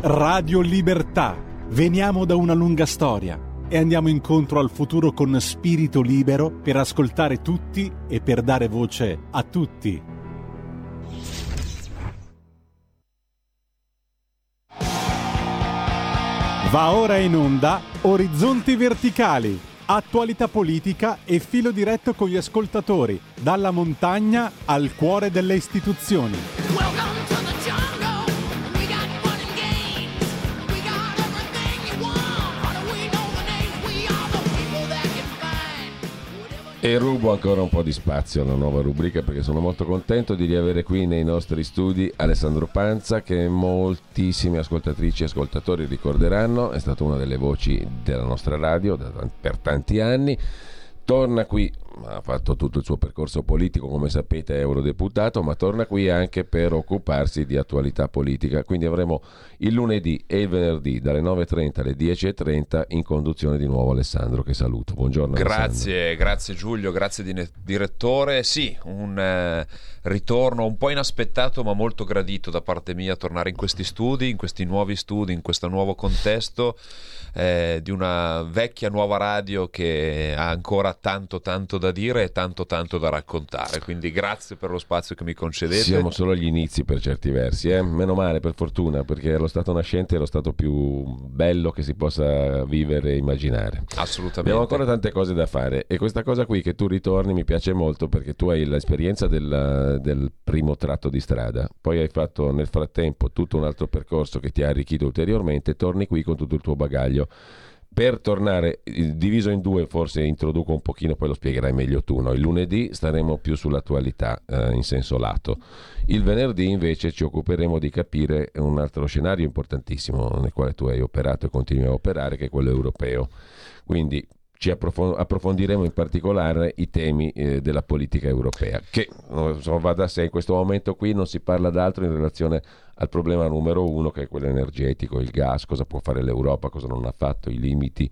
Radio Libertà. Veniamo da una lunga storia e andiamo incontro al futuro con spirito libero per ascoltare tutti e per dare voce a tutti. Va ora in onda Orizzonti Verticali, attualità politica e filo diretto con gli ascoltatori, dalla montagna al cuore delle istituzioni. E rubo ancora un po' di spazio alla nuova rubrica perché sono molto contento di riavere qui nei nostri studi Alessandro Panza, che moltissime ascoltatrici e ascoltatori ricorderanno, è stata una delle voci della nostra radio per tanti anni. Torna qui, ha fatto tutto il suo percorso politico, come sapete è eurodeputato, ma torna qui anche per occuparsi di attualità politica. Quindi avremo il lunedì e il venerdì dalle 9.30 alle 10.30 in conduzione di nuovo Alessandro, che saluto. Buongiorno Alessandro. Grazie Giulio, grazie direttore. Sì, un ritorno un po' inaspettato ma molto gradito da parte mia, tornare in questi studi, in questi nuovi studi, in questo nuovo contesto di una vecchia nuova radio che ha ancora tanto da dire e tanto da raccontare, quindi grazie per lo spazio che mi concedete. Siamo solo agli inizi per certi versi, meno male, per fortuna, perché lo stato nascente è lo stato più bello che si possa vivere e immaginare. Assolutamente. Abbiamo ancora tante cose da fare e questa cosa qui che tu ritorni mi piace molto, perché tu hai l'esperienza del primo tratto di strada, poi hai fatto nel frattempo tutto un altro percorso che ti ha arricchito ulteriormente, torni qui con tutto il tuo bagaglio. Per tornare, diviso in due, forse introduco un pochino, poi lo spiegherai meglio tu, no? Il lunedì staremo più sull'attualità in senso lato, il venerdì invece ci occuperemo di capire un altro scenario importantissimo nel quale tu hai operato e continui a operare, che è quello europeo. Quindi ci approfondiremo in particolare i temi della politica europea, che va da sé, in questo momento qui non si parla d'altro in relazione al problema numero uno, che è quello energetico, il gas, cosa può fare l'Europa, cosa non ha fatto, i limiti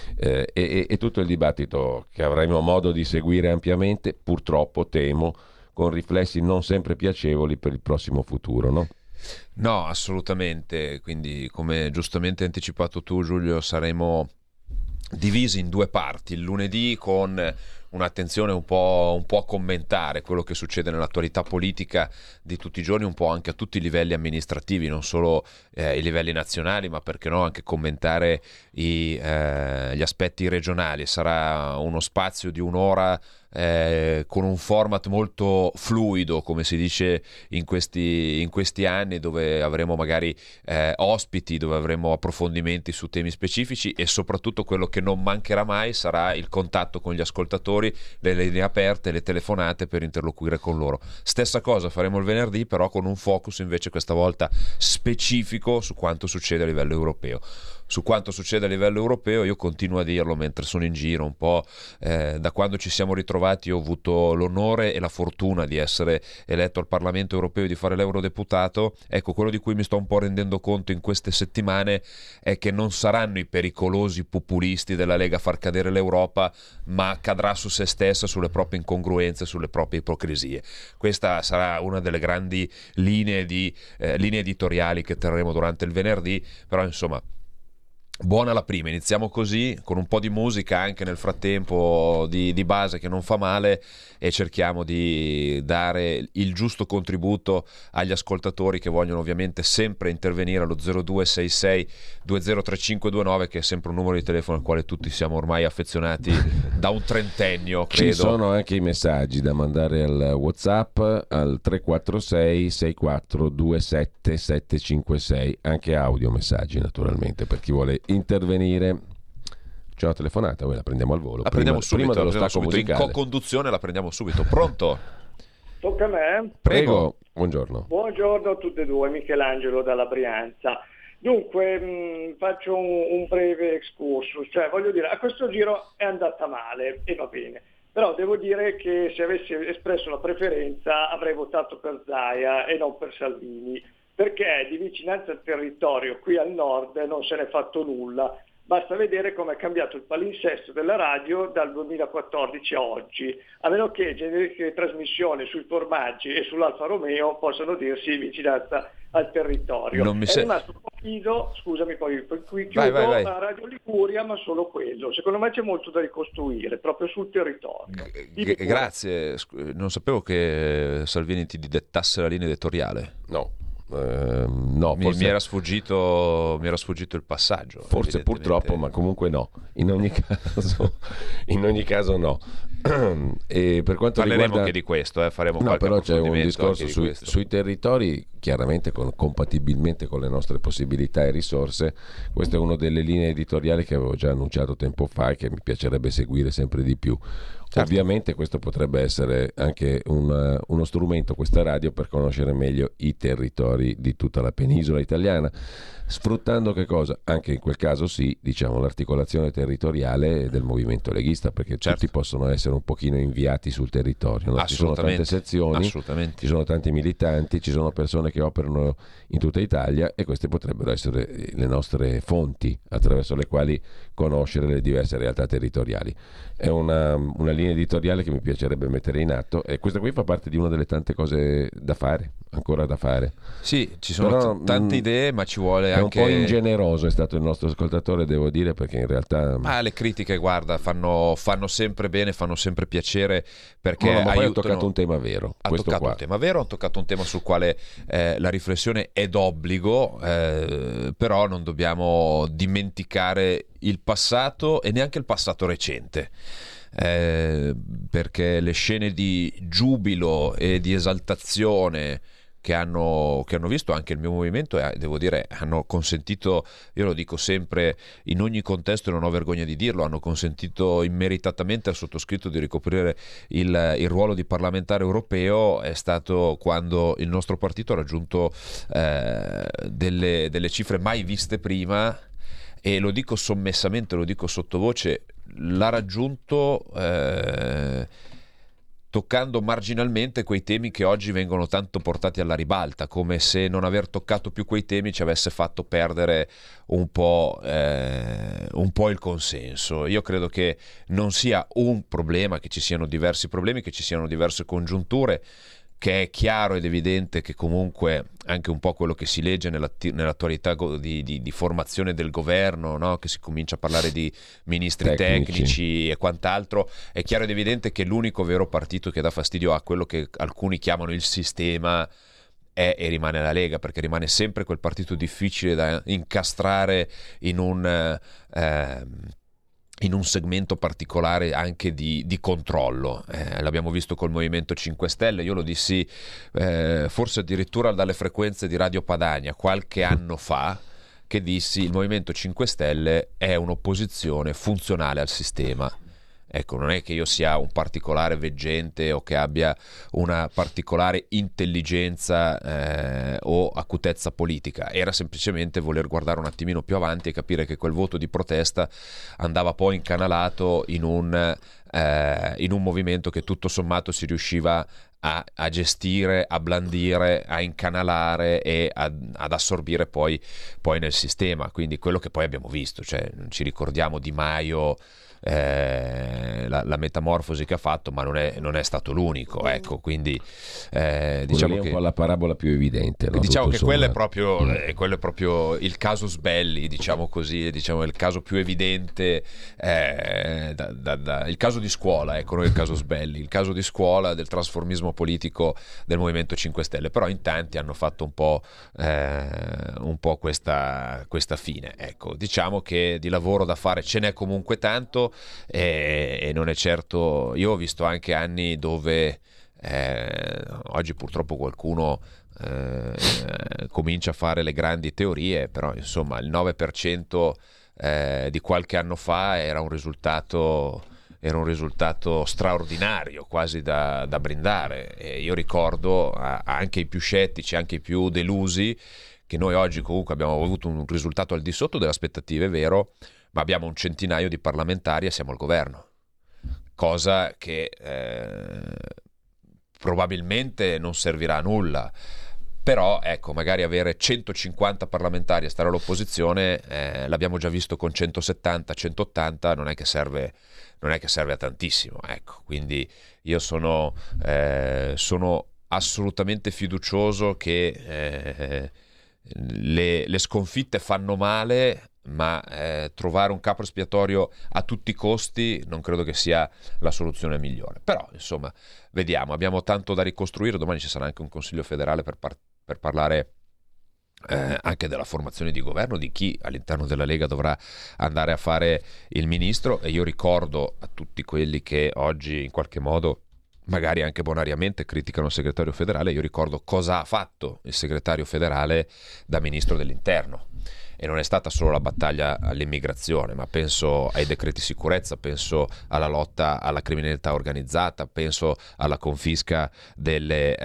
e tutto il dibattito che avremo modo di seguire ampiamente, purtroppo temo, con riflessi non sempre piacevoli per il prossimo futuro, no? No, assolutamente, quindi come giustamente hai anticipato tu Giulio, saremo divisi in due parti, il lunedì con un'attenzione un po' a commentare quello che succede nell'attualità politica di tutti i giorni, un po' anche a tutti i livelli amministrativi, non solo i livelli nazionali, ma perché no anche commentare gli aspetti regionali. Sarà uno spazio di un'ora con un format molto fluido, come si dice in questi anni, dove avremo magari ospiti, dove avremo approfondimenti su temi specifici, e soprattutto quello che non mancherà mai sarà il contatto con gli ascoltatori, le linee aperte, le telefonate per interloquire con loro. Stessa cosa faremo il venerdì, però con un focus invece questa volta specifico su quanto succede a livello europeo. Su quanto succede a livello europeo io continuo a dirlo mentre sono in giro un po', da quando ci siamo ritrovati ho avuto l'onore e la fortuna di essere eletto al Parlamento europeo e di fare l'eurodeputato. Ecco, quello di cui mi sto un po' rendendo conto in queste settimane è che non saranno i pericolosi populisti della Lega a far cadere l'Europa, ma cadrà su se stessa, sulle proprie incongruenze, sulle proprie ipocrisie. Questa sarà una delle grandi linee editoriali che terremo durante il venerdì, però insomma buona la prima, iniziamo così con un po' di musica anche nel frattempo di base che non fa male, e cerchiamo di dare il giusto contributo agli ascoltatori che vogliono ovviamente sempre intervenire allo 0266 203529, che è sempre un numero di telefono al quale tutti siamo ormai affezionati da un trentennio, credo. Ci sono anche i messaggi da mandare al WhatsApp al 346 6427 756, anche audio messaggi naturalmente per chi vuole intervenire. C'è una telefonata, voi la prendiamo al volo. La prendiamo subito, prima dello stacco musicale. In co-conduzione la prendiamo subito. Pronto? Tocca a me? Prego. Buongiorno. Buongiorno a tutte e due, Michelangelo dalla Brianza. Dunque, faccio un breve excursus, cioè voglio dire, a questo giro è andata male e va bene, però devo dire che se avessi espresso la preferenza avrei votato per Zaia e non per Salvini, perché di vicinanza al territorio qui al nord non se n'è fatto nulla. Basta vedere come è cambiato il palinsesto della radio dal 2014 a oggi, a meno che generiche trasmissioni sui formaggi e sull'Alfa Romeo possano dirsi vicinanza al territorio. Non mi è rimasto un po' affido, scusami, poi qui Vai, chiudo, vai. a Radio Liguria, ma solo quello. Secondo me c'è molto da ricostruire proprio sul territorio. Grazie, non sapevo che Salvini ti dettasse la linea editoriale. No, Mi era sfuggito il passaggio. Forse purtroppo, ma comunque no. In ogni caso no. E per quanto parleremo riguarda... anche di questo, faremo No, qualche però c'è un approfondimento discorso anche di sui territori, chiaramente compatibilmente con le nostre possibilità e risorse. Questa è una delle linee editoriali che avevo già annunciato tempo fa e che mi piacerebbe seguire sempre di più. Certo. Ovviamente questo potrebbe essere anche uno strumento, questa radio, per conoscere meglio i territori di tutta la penisola italiana, sfruttando che cosa? Anche in quel caso sì, diciamo, l'articolazione territoriale del movimento leghista, perché tutti possono essere un pochino inviati sul territorio, no? Ci sono tante sezioni, ci sono tanti militanti, ci sono persone che operano in tutta Italia e queste potrebbero essere le nostre fonti attraverso le quali conoscere le diverse realtà territoriali. È una linea editoriale che mi piacerebbe mettere in atto, e questa qui fa parte di una delle tante cose da fare, ancora da fare. Sì, ci sono tante idee, ma ci vuole anche... È un po' ingeneroso è stato il nostro ascoltatore, devo dire, perché in realtà... Ma le critiche, guarda, fanno sempre bene, fanno sempre piacere, perché ma aiutano... poi ha toccato un tema vero. Ha toccato un tema vero, ha toccato un tema sul quale la riflessione è d'obbligo, però non dobbiamo dimenticare il passato e neanche il passato recente. Perché le scene di giubilo e di esaltazione che hanno visto anche il mio movimento, devo dire, hanno consentito, io lo dico sempre in ogni contesto e non ho vergogna di dirlo, hanno consentito immeritatamente al sottoscritto di ricoprire il ruolo di parlamentare europeo. È stato quando il nostro partito ha raggiunto delle cifre mai viste prima, e lo dico sommessamente, lo dico sottovoce, l'ha raggiunto toccando marginalmente quei temi che oggi vengono tanto portati alla ribalta, come se non aver toccato più quei temi ci avesse fatto perdere un po' il consenso. Io credo che non sia un problema, che ci siano diversi problemi, che ci siano diverse congiunture, che è chiaro ed evidente che comunque anche un po' quello che si legge nell'attualità di formazione del governo, no? Che si comincia a parlare di ministri tecnici e quant'altro, è chiaro ed evidente che l'unico vero partito che dà fastidio a quello che alcuni chiamano il sistema è e rimane la Lega, perché rimane sempre quel partito difficile da incastrare in un segmento particolare anche di controllo. L'abbiamo visto col Movimento 5 Stelle, io lo dissi forse addirittura dalle frequenze di Radio Padania qualche anno fa, che dissi: il Movimento 5 Stelle è un'opposizione funzionale al sistema. Ecco, non è che io sia un particolare veggente o che abbia una particolare intelligenza o acutezza politica, era semplicemente voler guardare un attimino più avanti e capire che quel voto di protesta andava poi incanalato in un movimento che tutto sommato si riusciva a gestire, a blandire, a incanalare e ad assorbire poi nel sistema. Quindi quello che poi abbiamo visto, cioè ci ricordiamo Di Maio, la metamorfosi che ha fatto, ma non è stato l'unico, ecco. Quindi diciamo che è che un po' la parabola più evidente, no? Diciamo Tutto che quello è sommato. proprio il casus belli, diciamo così, diciamo il caso più evidente, il caso di scuola, ecco, non il casus belli, il caso di scuola del trasformismo politico del Movimento 5 Stelle. Però in tanti hanno fatto un po' questa fine, ecco. Diciamo che di lavoro da fare ce n'è comunque tanto, e non è certo. Io ho visto anche anni dove oggi purtroppo qualcuno comincia a fare le grandi teorie, però insomma il 9% di qualche anno fa era un risultato straordinario, quasi da brindare. E io ricordo anche i più scettici, anche i più delusi, che noi oggi comunque abbiamo avuto un risultato al di sotto delle aspettative, è vero, ma abbiamo un centinaio di parlamentari e siamo al governo, cosa che probabilmente non servirà a nulla. Però ecco, magari avere 150 parlamentari e stare all'opposizione, l'abbiamo già visto con 170, 180, non è che serve a tantissimo, ecco. Quindi io sono assolutamente fiducioso che le sconfitte fanno male, ma trovare un capro espiatorio a tutti i costi non credo che sia la soluzione migliore. Però insomma vediamo, abbiamo tanto da ricostruire. Domani ci sarà anche un Consiglio federale per parlare anche della formazione di governo, di chi all'interno della Lega dovrà andare a fare il ministro. E io ricordo a tutti quelli che oggi in qualche modo magari anche bonariamente criticano il segretario federale, io ricordo cosa ha fatto il segretario federale da ministro dell'interno. E non è stata solo la battaglia all'immigrazione, ma penso ai decreti sicurezza, penso alla lotta alla criminalità organizzata, penso alla confisca delle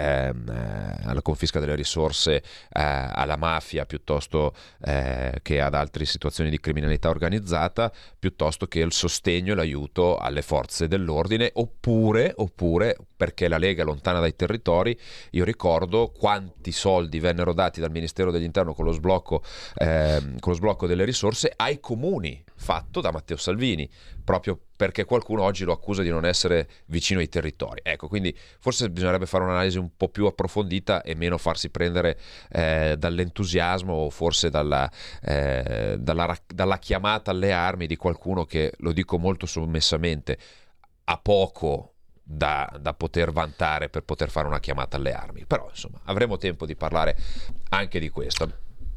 risorse alla mafia piuttosto che ad altre situazioni di criminalità organizzata, piuttosto che il sostegno e l'aiuto alle forze dell'ordine, oppure perché la Lega è lontana dai territori. Io ricordo quanti soldi vennero dati dal Ministero dell'Interno con lo sblocco delle risorse ai comuni, fatto da Matteo Salvini, proprio perché qualcuno oggi lo accusa di non essere vicino ai territori. Ecco, quindi forse bisognerebbe fare un'analisi un po' più approfondita e meno farsi prendere dall'entusiasmo o forse dalla chiamata alle armi di qualcuno che, lo dico molto sommessamente, ha poco da poter vantare per poter fare una chiamata alle armi. Però insomma avremo tempo di parlare anche di questo.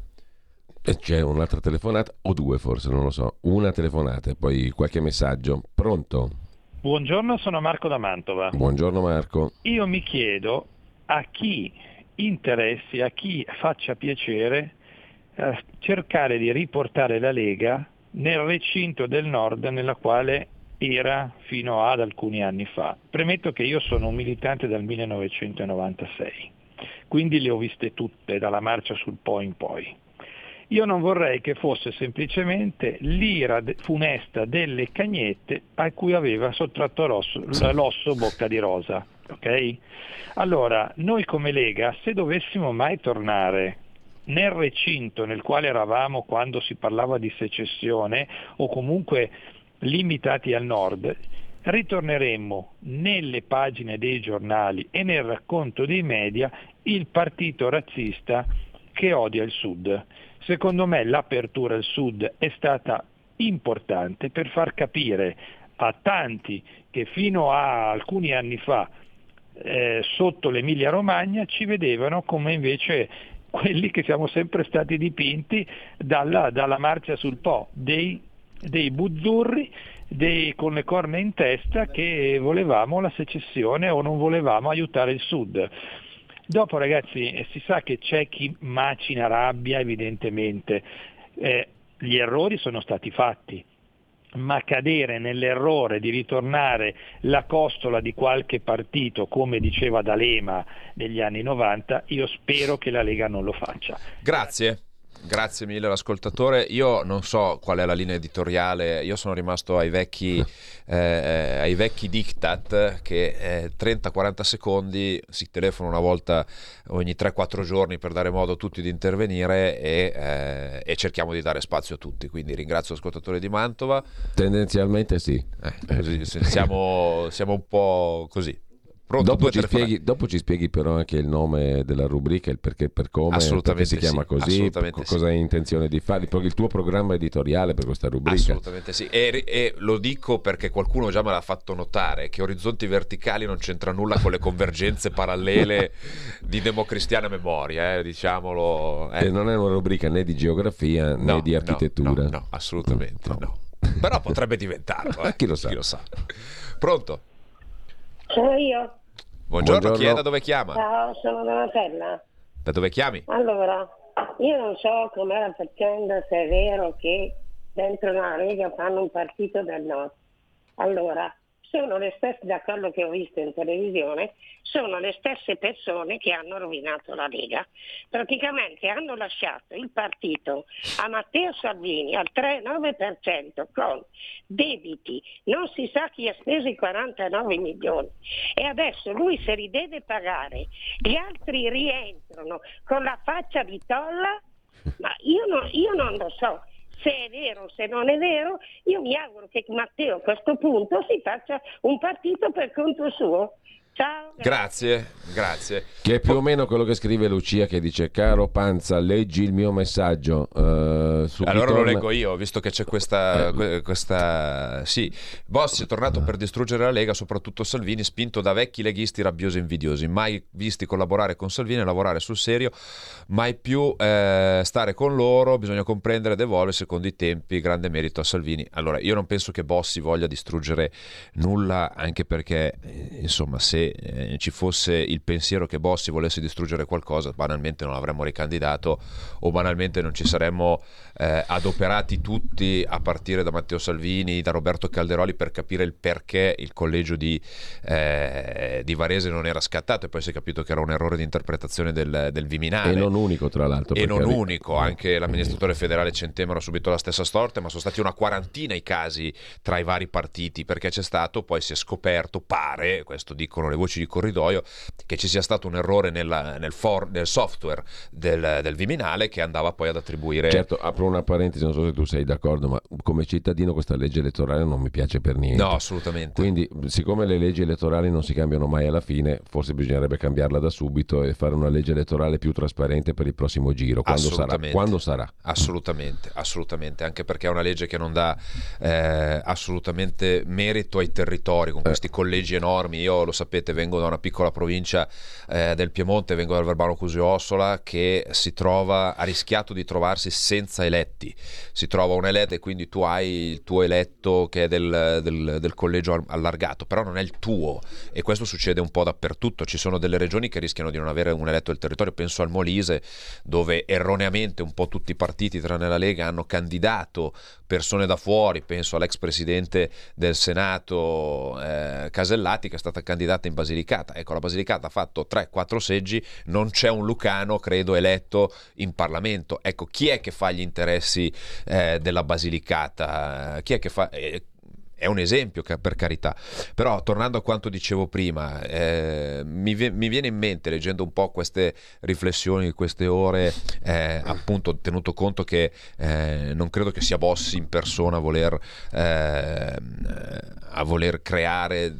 C'è un'altra telefonata, o due forse, non lo so. Una telefonata e poi qualche messaggio. Pronto? Buongiorno, sono Marco da Mantova. Buongiorno Marco. Io mi chiedo a chi interessi, a chi faccia piacere cercare di riportare la Lega nel recinto del Nord nella quale era fino ad alcuni anni fa. Premetto che io sono un militante dal 1996, quindi le ho viste tutte, dalla marcia sul Po in poi. Io non vorrei che fosse semplicemente l'ira funesta delle Cagnette a cui aveva sottratto l'osso Bocca di Rosa. Ok? Allora, noi come Lega, se dovessimo mai tornare nel recinto nel quale eravamo quando si parlava di secessione, o comunque limitati al nord, ritorneremmo nelle pagine dei giornali e nel racconto dei media il partito razzista che odia il sud. Secondo me l'apertura al sud è stata importante per far capire a tanti che fino a alcuni anni fa sotto l'Emilia Romagna ci vedevano come invece quelli che siamo sempre stati dipinti dalla marcia sul Po, dei buzzurri, con le corna in testa, che volevamo la secessione o non volevamo aiutare il sud. Dopo ragazzi si sa che c'è chi macina rabbia, evidentemente, gli errori sono stati fatti, ma cadere nell'errore di ritornare la costola di qualche partito, come diceva D'Alema negli anni 90, io spero che la Lega non lo faccia. Grazie mille all'ascoltatore. Io non so qual è la linea editoriale, io sono rimasto ai vecchi diktat che 30-40 secondi si telefona una volta ogni 3-4 giorni per dare modo a tutti di intervenire e cerchiamo di dare spazio a tutti. Quindi ringrazio l'ascoltatore di Mantova. Tendenzialmente sì. Così, siamo un po' così. Dopo ci spieghi però anche il nome della rubrica, il perché, per come, perché si chiama così, cosa hai intenzione di fare, proprio il tuo programma editoriale per questa rubrica. Assolutamente sì, e lo dico perché qualcuno già me l'ha fatto notare, che Orizzonti Verticali non c'entra nulla con le convergenze parallele di Democristiana Memoria, diciamolo. E non è una rubrica né di geografia né di architettura. No, assolutamente no. Però potrebbe diventarlo. Chi lo sa. Pronto? Sono io. Buongiorno, chi è, da dove chiama? Ciao, sono Donatella. Da dove chiami? Allora, io non so com'è la faccenda, se è vero che dentro la Lega fanno un partito del Nord. Allora, sono le stesse, da quello che ho visto in televisione, sono le stesse persone che hanno rovinato la Lega. Praticamente hanno lasciato il partito a Matteo Salvini al 3,9% con debiti, non si sa chi ha speso i 49 milioni e adesso lui se li deve pagare, gli altri rientrano con la faccia di tolla, ma io non lo so. Se è vero, se non è vero, io mi auguro che Matteo a questo punto si faccia un partito per conto suo, Ciao. Grazie. Che è più o meno quello che scrive Lucia, che dice: caro Panza, leggi il mio messaggio. Allora lo leggo io, visto che c'è questa... Sì, Bossi è tornato per distruggere la Lega, soprattutto Salvini, spinto da vecchi leghisti rabbiosi e invidiosi, mai visti collaborare con Salvini e lavorare sul serio, mai più stare con loro, bisogna comprendere ed evolvere secondo i tempi, grande merito a Salvini. Allora, io non penso che Bossi voglia distruggere nulla, anche perché, insomma, se ci fosse il pensiero che Bossi volesse distruggere qualcosa, banalmente non l'avremmo ricandidato, o banalmente non ci saremmo adoperati tutti, a partire da Matteo Salvini, da Roberto Calderoli, per capire il perché il collegio di Varese non era scattato, e poi si è capito che era un errore di interpretazione del Viminale. E non unico, tra l'altro. E non unico, anche l'amministratore federale Centemero ha subito la stessa sorte, ma sono stati una quarantina i casi tra i vari partiti, perché c'è stato, poi si è scoperto, pare, questo dicono le voci di corridoio, che ci sia stato un errore nel software del Viminale, che andava poi ad attribuire... Certo, apro una parentesi, non so se tu sei d'accordo, ma come cittadino questa legge elettorale non mi piace per niente. No, assolutamente. Quindi, siccome le leggi elettorali non si cambiano mai alla fine, forse bisognerebbe cambiarla da subito e fare una legge elettorale più trasparente per il prossimo giro, quando sarà. Assolutamente, anche perché è una legge che non dà assolutamente merito ai territori, con questi collegi enormi. Io, lo sapete, vengo da una piccola provincia del Piemonte, vengo dal Verbano Cusio Ossola, che ha rischiato di trovarsi senza eletti. Si trova un eletto e quindi tu hai il tuo eletto che è del collegio allargato, però non è il tuo, e questo succede un po' dappertutto. Ci sono delle regioni che rischiano di non avere un eletto del territorio, penso al Molise, dove erroneamente un po' tutti i partiti tranne la Lega hanno candidato persone da fuori. Penso all'ex presidente del Senato Casellati, che è stata candidata in Basilicata. Ecco, la Basilicata ha fatto 3-4 seggi, non c'è un lucano, credo, eletto in Parlamento. Ecco, chi è che fa gli interessi della Basilicata? Chi è che fa... È un esempio, per carità, però tornando a quanto dicevo prima, mi viene in mente, leggendo un po' queste riflessioni di queste ore, appunto tenuto conto che non credo che sia Bossi in persona a voler creare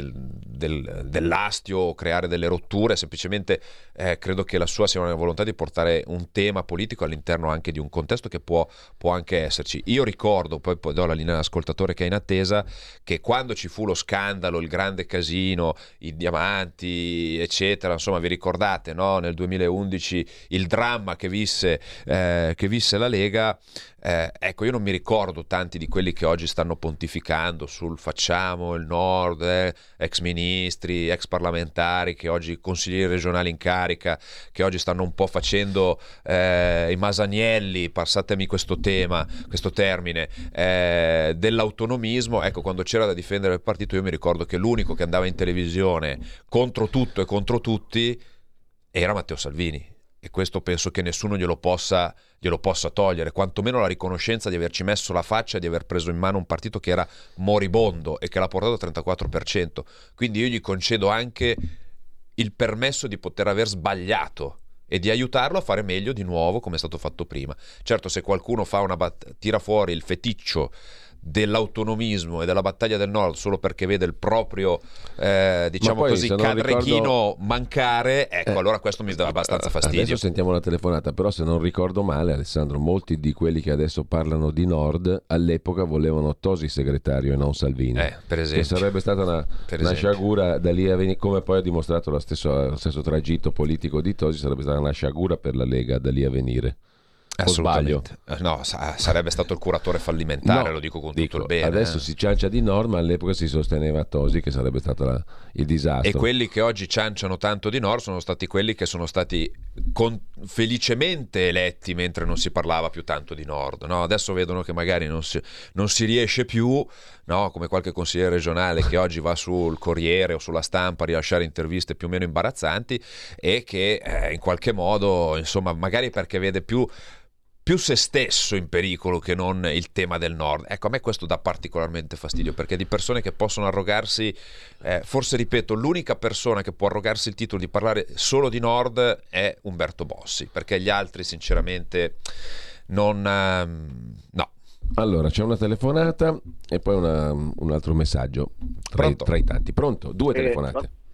dell'astio o creare delle rotture, semplicemente credo che la sua sia una volontà di portare un tema politico all'interno anche di un contesto che può anche esserci. Io ricordo, poi do la linea all'ascoltatore che è in attesa, che quando ci fu lo scandalo, il grande casino, i diamanti eccetera, insomma, vi ricordate, no? Nel 2011 il dramma che visse la Lega. Ecco, io non mi ricordo tanti di quelli che oggi stanno pontificando sul facciamo il Nord, ex ministri, ex parlamentari, che oggi consiglieri regionali in carica, che oggi stanno un po' facendo i Masanielli, passatemi questo termine, dell'autonomismo. Ecco, quando c'era da difendere il partito, io mi ricordo che l'unico che andava in televisione contro tutto e contro tutti era Matteo Salvini, e questo penso che nessuno glielo possa togliere, quantomeno la riconoscenza di averci messo la faccia e di aver preso in mano un partito che era moribondo e che l'ha portato al 34%. Quindi io gli concedo anche il permesso di poter aver sbagliato e di aiutarlo a fare meglio di nuovo, come è stato fatto prima. Certo, se qualcuno tira fuori il feticcio dell'autonomismo e della battaglia del Nord solo perché vede il proprio cadrechino mancare, ecco, allora questo mi dà abbastanza fastidio. Adesso sentiamo la telefonata, però se non ricordo male, Alessandro, molti di quelli che adesso parlano di Nord all'epoca volevano Tosi segretario e non Salvini, per esempio, che sarebbe stata una sciagura da lì a venire, come poi ha dimostrato lo stesso tragitto politico di Tosi, sarebbe stata una sciagura per la Lega da lì a venire. Assolutamente. No, sarebbe stato il curatore fallimentare, lo dico con tutto il bene. Adesso si ciancia di Nord, ma all'epoca si sosteneva Tosi che sarebbe stato il disastro. E quelli che oggi cianciano tanto di Nord sono stati quelli che sono stati felicemente eletti mentre non si parlava più tanto di Nord, no? Adesso vedono che magari non si riesce più, no? Come qualche consigliere regionale che oggi va sul Corriere o sulla Stampa a rilasciare interviste più o meno imbarazzanti, e che in qualche modo, insomma, magari perché vede più se stesso in pericolo che non il tema del Nord. Ecco, a me questo dà particolarmente fastidio, perché di persone che possono arrogarsi, forse ripeto, l'unica persona che può arrogarsi il titolo di parlare solo di Nord è Umberto Bossi, perché gli altri sinceramente non... no. Allora, c'è una telefonata e poi un altro messaggio tra i tanti. Pronto? 2 telefonate.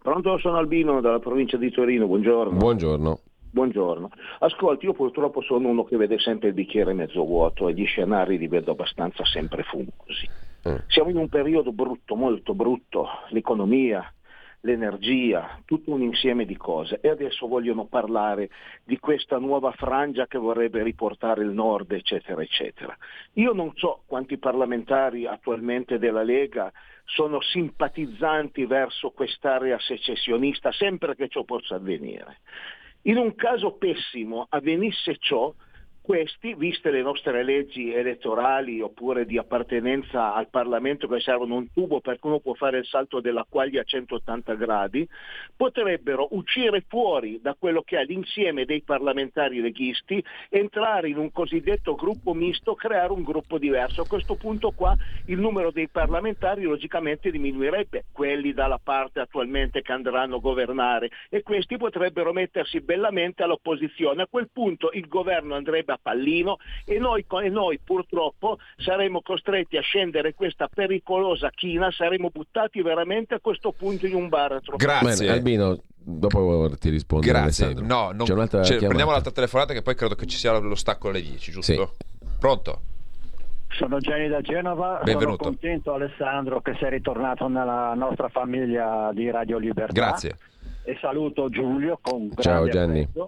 Pronto, sono Albino dalla provincia di Torino, buongiorno. Buongiorno. Ascolti, io purtroppo sono uno che vede sempre il bicchiere mezzo vuoto e gli scenari li vedo abbastanza sempre fumosi. Siamo in un periodo brutto, molto brutto, l'economia, l'energia, tutto un insieme di cose, e adesso vogliono parlare di questa nuova frangia che vorrebbe riportare il nord, eccetera, eccetera. Io non so quanti parlamentari attualmente della Lega sono simpatizzanti verso quest'area secessionista, sempre che ciò possa avvenire. In un caso pessimo avvenisse ciò, questi, viste le nostre leggi elettorali oppure di appartenenza al Parlamento che servono un tubo perché uno può fare il salto della quaglia a 180 gradi, potrebbero uscire fuori da quello che è l'insieme dei parlamentari leghisti, entrare in un cosiddetto gruppo misto, creare un gruppo diverso. A questo punto qua il numero dei parlamentari logicamente diminuirebbe, quelli dalla parte attualmente che andranno a governare, e questi potrebbero mettersi bellamente all'opposizione. A quel punto il governo andrebbe a pallino e noi purtroppo saremo costretti a scendere questa pericolosa china, saremo buttati veramente a questo punto in un baratro. Grazie. Bene, Albino, dopo ti rispondo. Grazie. No, prendiamo l'altra telefonata che poi credo che ci sia lo stacco alle 10, giusto? Sì. Pronto? Sono Gianni da Genova. Benvenuto. Sono contento, Alessandro, che sei ritornato nella nostra famiglia di Radio Libertà. Grazie. E saluto Giulio con Ciao, grande Gianni. affetto.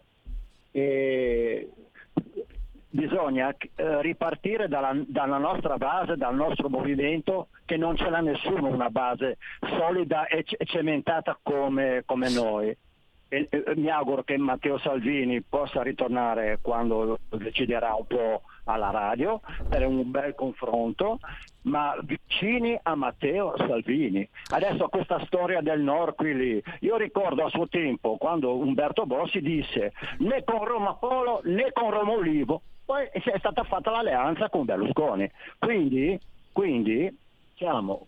E bisogna ripartire dalla nostra base, dal nostro movimento, che non ce l'ha nessuno una base solida e cementata come noi. E mi auguro che Matteo Salvini possa ritornare quando deciderà un po' alla radio per un bel confronto, ma vicini a Matteo Salvini. Adesso questa storia del nord qui lì, io ricordo a suo tempo quando Umberto Bossi disse né con Roma Polo né con Roma Olivo, poi è stata fatta l'alleanza con Berlusconi, quindi diciamo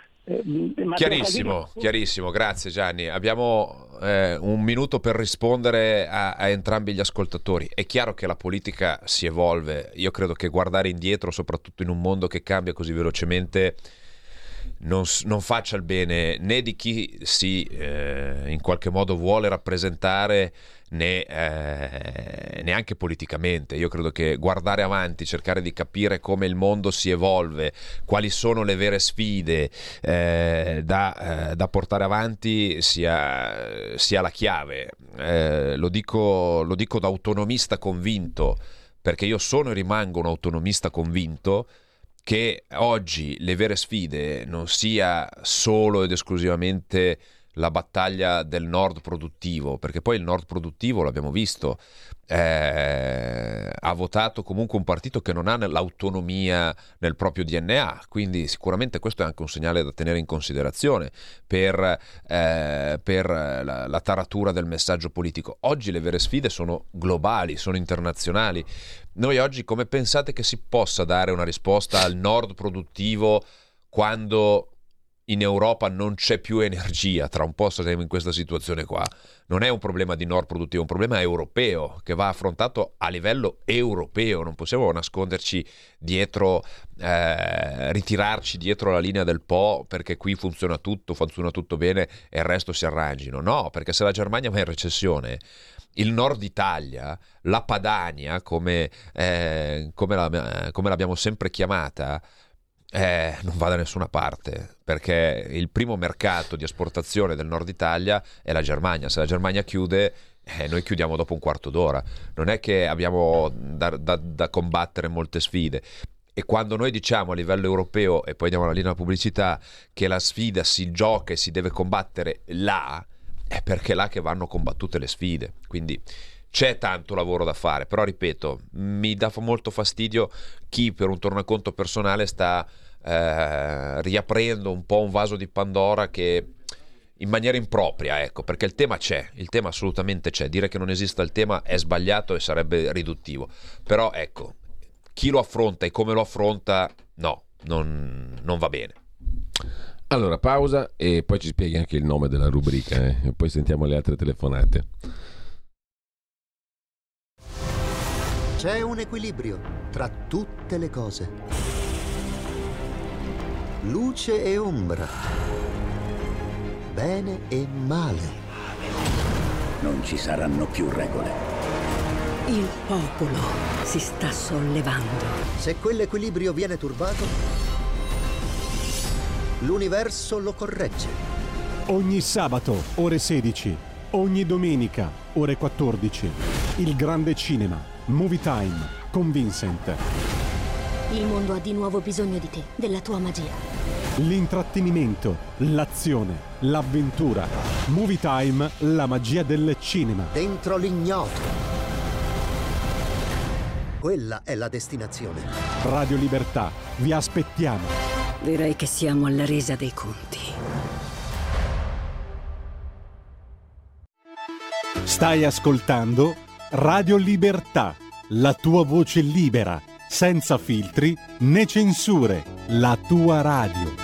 chiarissimo, grazie Gianni. Abbiamo un minuto per rispondere a entrambi gli ascoltatori. È chiaro che la politica si evolve, io credo che guardare indietro, soprattutto in un mondo che cambia così velocemente, non faccia il bene né di chi si in qualche modo vuole rappresentare né neanche politicamente. Io credo che guardare avanti, cercare di capire come il mondo si evolve, quali sono le vere sfide da portare avanti sia la chiave. Lo dico da autonomista convinto, perché io sono e rimango un autonomista convinto che oggi le vere sfide non sia solo ed esclusivamente la battaglia del nord produttivo, perché poi il nord produttivo, l'abbiamo visto, ha votato comunque un partito che non ha l'autonomia nel proprio DNA, quindi sicuramente questo è anche un segnale da tenere in considerazione per la taratura del messaggio politico. Oggi le vere sfide sono globali, sono internazionali. Noi oggi come pensate che si possa dare una risposta al nord produttivo quando in Europa non c'è più energia? Tra un po' saremo in questa situazione qua. Non è un problema di nord produttivo, è un problema europeo che va affrontato a livello europeo. Non possiamo nasconderci dietro, ritirarci dietro la linea del Po perché qui funziona tutto bene e il resto si arrangino. No, perché se la Germania va in recessione, il nord Italia, la Padania, come l'abbiamo sempre chiamata, non va da nessuna parte, perché il primo mercato di esportazione del nord Italia è la Germania. Se la Germania chiude, noi chiudiamo dopo un quarto d'ora. Non è che abbiamo da combattere molte sfide. E quando noi diciamo a livello europeo, e poi diamo la linea alla pubblicità, che la sfida si gioca e si deve combattere là, è perché è là che vanno combattute le sfide. Quindi c'è tanto lavoro da fare, però ripeto, mi dà molto fastidio chi per un tornaconto personale sta riaprendo un po' un vaso di Pandora che in maniera impropria, ecco, perché il tema assolutamente c'è. Dire che non esista il tema è sbagliato e sarebbe riduttivo, però ecco, chi lo affronta e come lo affronta, no, non va bene. Allora, pausa e poi ci spieghi anche il nome della rubrica, e poi sentiamo le altre telefonate. C'è un equilibrio tra tutte le cose. Luce e ombra. bene e male. Non ci saranno più regole. Il popolo si sta sollevando. Se quell'equilibrio viene turbato, l'universo lo corregge. Ogni sabato, ore 16. Ogni domenica, ore 14. Il grande cinema. Movie Time con Vincent. Il mondo ha di nuovo bisogno di te, della tua magia. L'intrattenimento, l'azione, l'avventura. Movie Time, la magia del cinema. Dentro l'ignoto. Quella è la destinazione. Radio Libertà, vi aspettiamo. Direi che siamo alla resa dei conti. Stai ascoltando Radio Libertà, la tua voce libera, senza filtri né censure, la tua radio.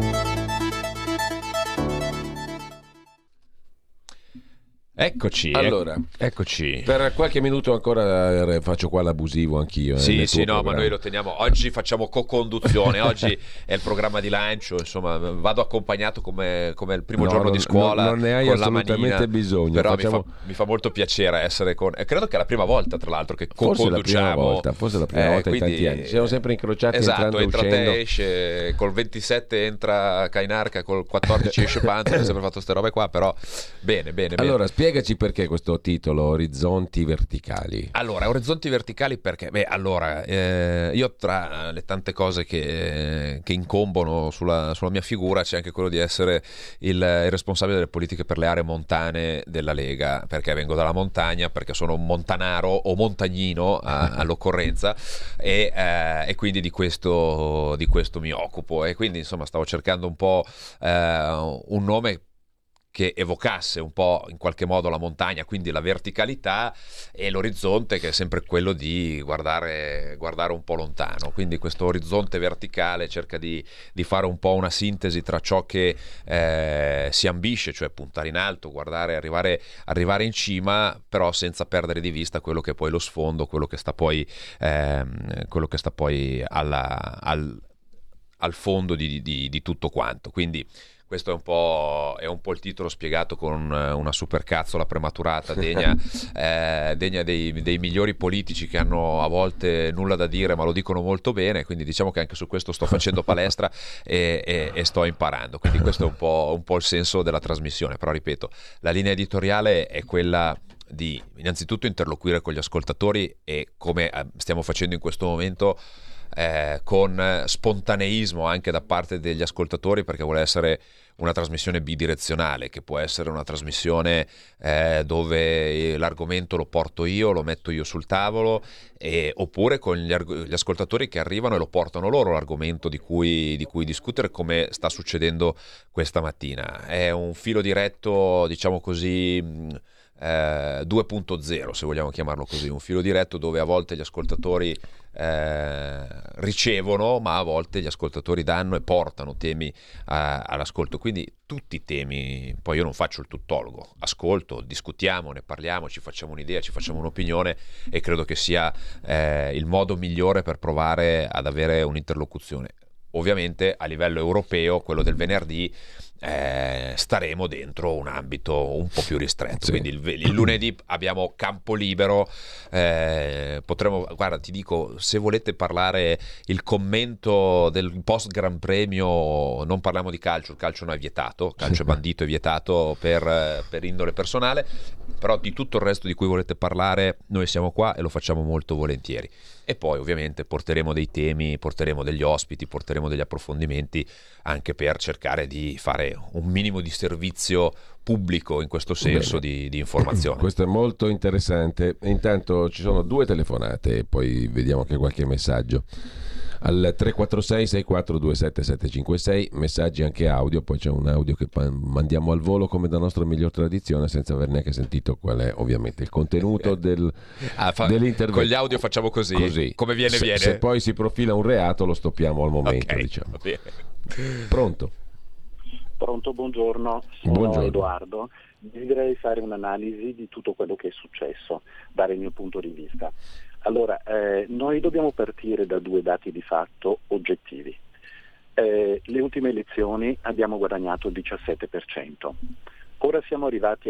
Eccoci. Allora, eccoci. Per qualche minuto ancora faccio qua l'abusivo anch'io. Sì, no, programma. Ma noi lo teniamo. Oggi facciamo co-conduzione. Oggi è il programma di lancio. Insomma, vado accompagnato come il primo giorno di scuola. Non ne hai con assolutamente la manina, bisogno. Però mi fa molto piacere essere con. Credo che è la prima volta, tra l'altro, che co-conduciamo. Forse la prima volta quindi, in tanti anni. Ci siamo sempre incrociati. Esatto, entra uscendo. te, esce. Col 27 entra Cainarca, col 14 esce Panzer. Ho sempre fatto queste robe qua. Però bene. Allora, spiegaci perché questo titolo Orizzonti Verticali. Allora, Orizzonti Verticali perché? Io tra le tante cose che incombono sulla mia figura c'è anche quello di essere il responsabile delle politiche per le aree montane della Lega, perché vengo dalla montagna, perché sono un montanaro o montagnino all'occorrenza e quindi di questo mi occupo, e quindi insomma stavo cercando un po' un nome che evocasse un po' in qualche modo la montagna, quindi la verticalità, e l'orizzonte che è sempre quello di guardare un po' lontano. Quindi questo orizzonte verticale cerca di fare un po' una sintesi tra ciò che si ambisce, cioè puntare in alto, guardare, arrivare in cima, però senza perdere di vista quello che è poi lo sfondo, quello che sta poi al fondo di tutto quanto. Quindi questo è un po' il titolo spiegato con una supercazzola prematurata degna dei migliori politici che hanno a volte nulla da dire ma lo dicono molto bene, quindi diciamo che anche su questo sto facendo palestra e sto imparando, quindi questo è un po' il senso della trasmissione. Però ripeto, la linea editoriale è quella di innanzitutto interloquire con gli ascoltatori, e come stiamo facendo in questo momento con spontaneismo anche da parte degli ascoltatori, perché vuole essere una trasmissione bidirezionale, che può essere una trasmissione dove l'argomento lo porto io, lo metto io sul tavolo, oppure con gli ascoltatori che arrivano e lo portano loro l'argomento di cui discutere, come sta succedendo questa mattina. È un filo diretto, diciamo così, 2.0, se vogliamo chiamarlo così, un filo diretto dove a volte gli ascoltatori ricevono, ma a volte gli ascoltatori danno e portano temi all'ascolto, quindi tutti i temi. Poi io non faccio il tuttologo, ascolto, discutiamo, ne parliamo, ci facciamo un'idea, ci facciamo un'opinione, e credo che sia il modo migliore per provare ad avere un'interlocuzione. Ovviamente a livello europeo, quello del venerdì, staremo dentro un ambito un po' più ristretto, sì. Quindi il lunedì abbiamo campo libero, potremo, guarda, ti dico, se volete parlare il commento del post Gran Premio, non parliamo di calcio, il calcio non è vietato, calcio è bandito, è vietato per indole personale, però di tutto il resto di cui volete parlare noi siamo qua e lo facciamo molto volentieri. E poi ovviamente porteremo dei temi, porteremo degli ospiti, porteremo degli approfondimenti, anche per cercare di fare un minimo di servizio pubblico in questo senso di informazione. Questo è molto interessante. Intanto ci sono 2 telefonate e poi vediamo anche qualche messaggio al 346 6427 756, messaggi anche audio. Poi c'è un audio che mandiamo al volo come da nostra miglior tradizione, senza aver neanche sentito qual è ovviamente il contenuto dell'intervento. Con gli audio facciamo così. Come viene. Se poi si profila un reato lo stoppiamo al momento, okay, diciamo. Pronto, buongiorno, sono Edoardo. Desidero fare un'analisi di tutto quello che è successo, dare il mio punto di vista. Allora, noi dobbiamo partire da 2 dati di fatto oggettivi. Le ultime elezioni abbiamo guadagnato il 17%, ora siamo arrivati